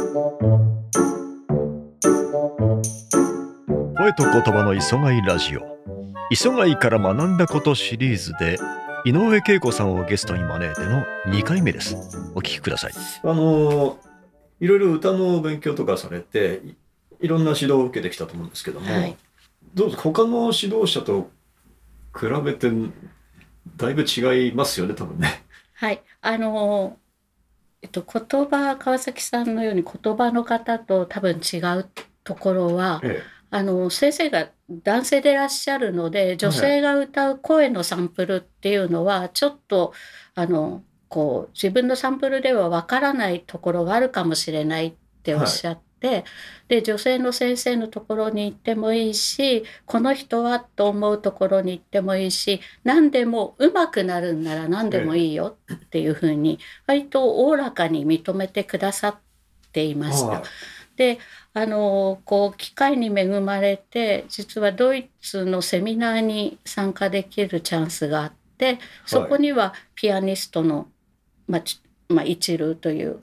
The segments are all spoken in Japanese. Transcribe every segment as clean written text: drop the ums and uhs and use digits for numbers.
声と言葉の磯貝ラジオ、磯貝から学んだことシリーズで井上恵子さんをゲストに招いての2回目です。お聞きください。いろいろ歌の勉強とかされて いろんな指導を受けてきたと思うんですけども、はい、どうぞ他の指導者と比べてだいぶ違いますよね、多分ね。 はい、言葉、川崎さんのように言葉の方と多分違うところは、先生が男性でいらっしゃるので、女性が歌う声のサンプルっていうのはちょっと自分のサンプルではわからないところがあるかもしれないっておっしゃって、で女性の先生のところに行ってもいいし、この人はと思うところに行ってもいいし、何でも上手くなるんなら何でもいいよっていうふうに割とおおらかに認めてくださっていました。で機会に恵まれて、実はドイツのセミナーに参加できるチャンスがあって、そこにはピアニストの、一流という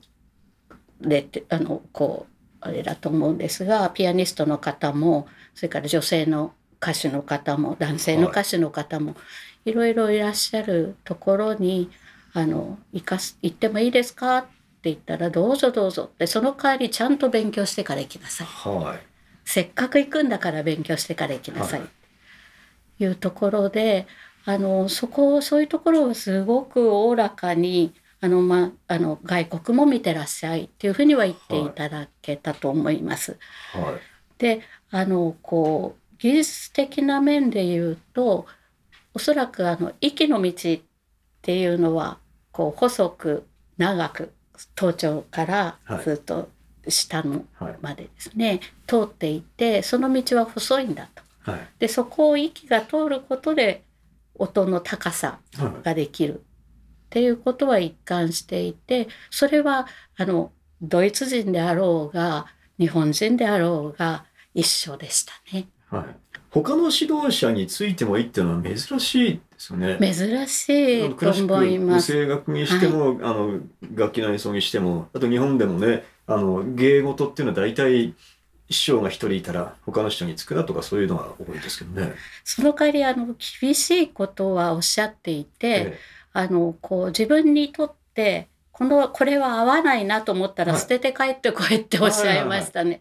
あれだと思うんですが、ピアニストの方も、それから女性の歌手の方も男性の歌手の方も、いろいろいらっしゃるところに行ってもいいですかって言ったら、どうぞどうぞ。でその代わりちゃんと勉強してから行きなさい、せっかく行くんだから勉強してから行きなさい、というところで、そういうところをすごくおおらかに外国も見てらっしゃいっていうふうには言っていただけたと思います。で技術的な面で言うと、おそらく息の道っていうのは細く長く頭頂からずっと下のまでですね、通っていて、その道は細いんだと。でそこを息が通ることで音の高さができるっていうことは一貫していて、それはドイツ人であろうが日本人であろうが一緒でしたね。 他の指導者についてもいいっていうのは珍しいですよね。 珍しいと思います。 クラシック声楽にしても、楽器の演奏にしても、あと日本でもね、芸事っていうのは大体師匠が一人いたら他の人につくなとか、そういうのが多いですけどね。 その代わり厳しいことはおっしゃっていて、自分にとってこれは合わないなと思ったら捨てて帰ってこいっておっしゃいましたね。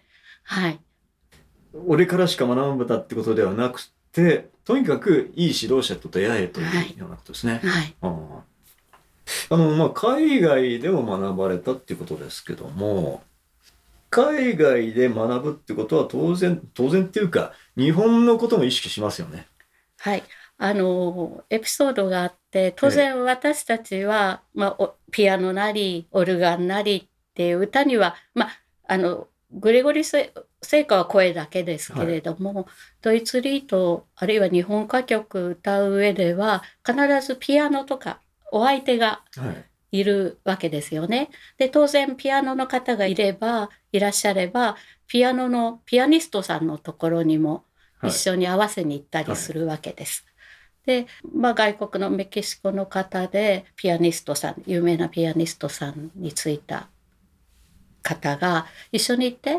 俺からしか学ぶんだってことではなくて、とにかくいい指導者と出会えというようなことですね。海外でも学ばれたっていうことですけども、海外で学ぶってことは当然っていうか、日本のことも意識しますよね。 エピソードがあって、当然私たちは、ピアノなりオルガンなりっていう歌には、グレゴリ聖歌は声だけですけれども、ドイツリートあるいは日本歌曲歌う上では必ずピアノとかお相手がいるわけですよね。で当然ピアノの方がいらっしゃれば、ピアニストさんのところにも一緒に合わせに行ったりするわけです。で外国のメキシコの方でピアニストさん、有名なピアニストさんについた方が一緒に行ってって、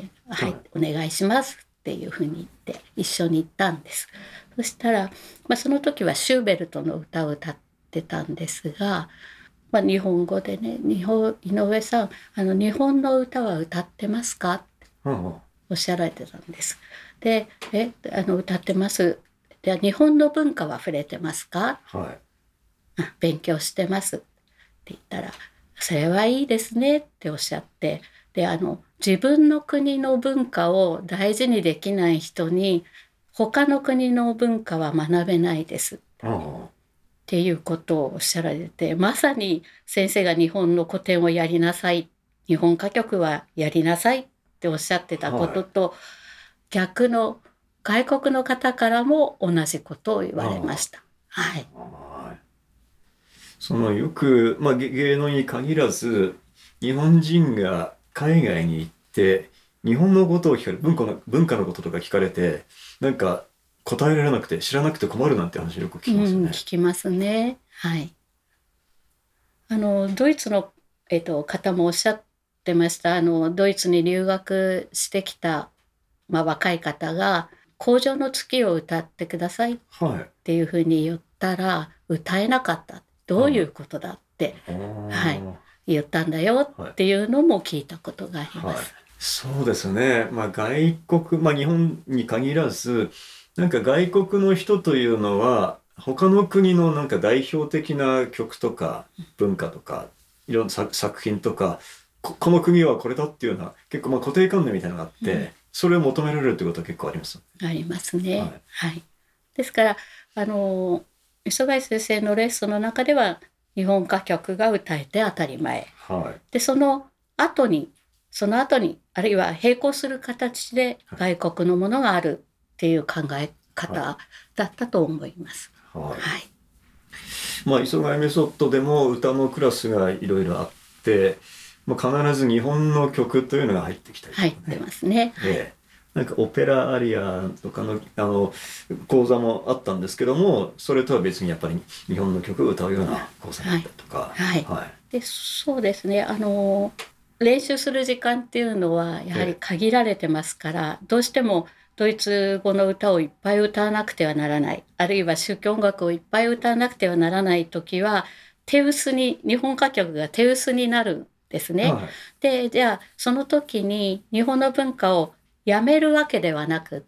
お願いしますっていうふうに言って一緒に行ったんです。そしたら、その時はシューベルトの歌を歌ってたんですが、日本語でね、井上さん日本の歌は歌ってますかっておっしゃられてたんです。で歌ってます。で日本の文化は触れてますか、勉強してますって言ったら、それはいいですねっておっしゃって、で自分の国の文化を大事にできない人に他の国の文化は学べないですっていうことをおっしゃられて、まさに先生が日本の古典をやりなさい、日本歌曲はやりなさいっておっしゃってたことと、逆の外国の方からも同じことを言われました。 よく、芸能に限らず日本人が海外に行って日本のことを聞かれ、文化のこととか聞かれて、なんか答えられなくて知らなくて困るなんて話よく聞きますよね。 聞きますね。ドイツの、方もおっしゃっってました。ドイツに留学してきた、若い方が工場の月を歌ってくださいっはい。 ていうふうに言ったら歌えなかった。どういうことだって、はい言ったんだよっていうのも聞いたことがあります。 そうですね。外国、日本に限らず、なんか外国の人というのは、他の国のなんか代表的な曲とか文化とか、いろんな作品とか、この国はこれだっていうような、結構固定観念みたいなのがあって、それを求められるってことは結構あります。 ありますね。はい。ですから、磯貝先生のレッスンの中では、日本歌曲が歌えて当たり前。で、その後に、あるいは並行する形で外国のものがあるっていう考え方だったと思います。 磯貝メソッドでも歌のクラスがいろいろあって、必ず日本の曲というのが入ってきたりとか、 入ってますね。 なんかオペラアリアとかの講座もあったんですけども、それとは別にやっぱり日本の曲を歌うような講座だったりとか。 で、そうですね。練習する時間っていうのはやはり限られてますから、どうしてもドイツ語の歌をいっぱい歌わなくてはならない、あるいは宗教音楽をいっぱい歌わなくてはならない時は、日本歌曲が手薄になるんですね。で、じゃあその時に日本の文化をやめるわけではなくって、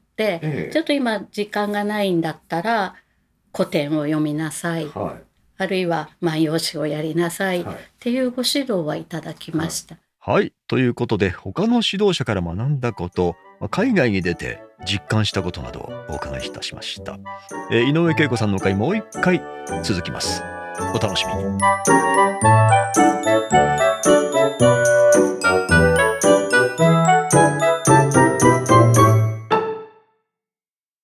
ちょっと今時間がないんだったら古典を読みなさい、あるいは万葉集をやりなさいっていうご指導はいただきました。 ということで、他の指導者から学んだこと、海外に出て実感したことなどをお伺いいたしました。井上恵子さんの回、もう一回続きます。お楽しみに。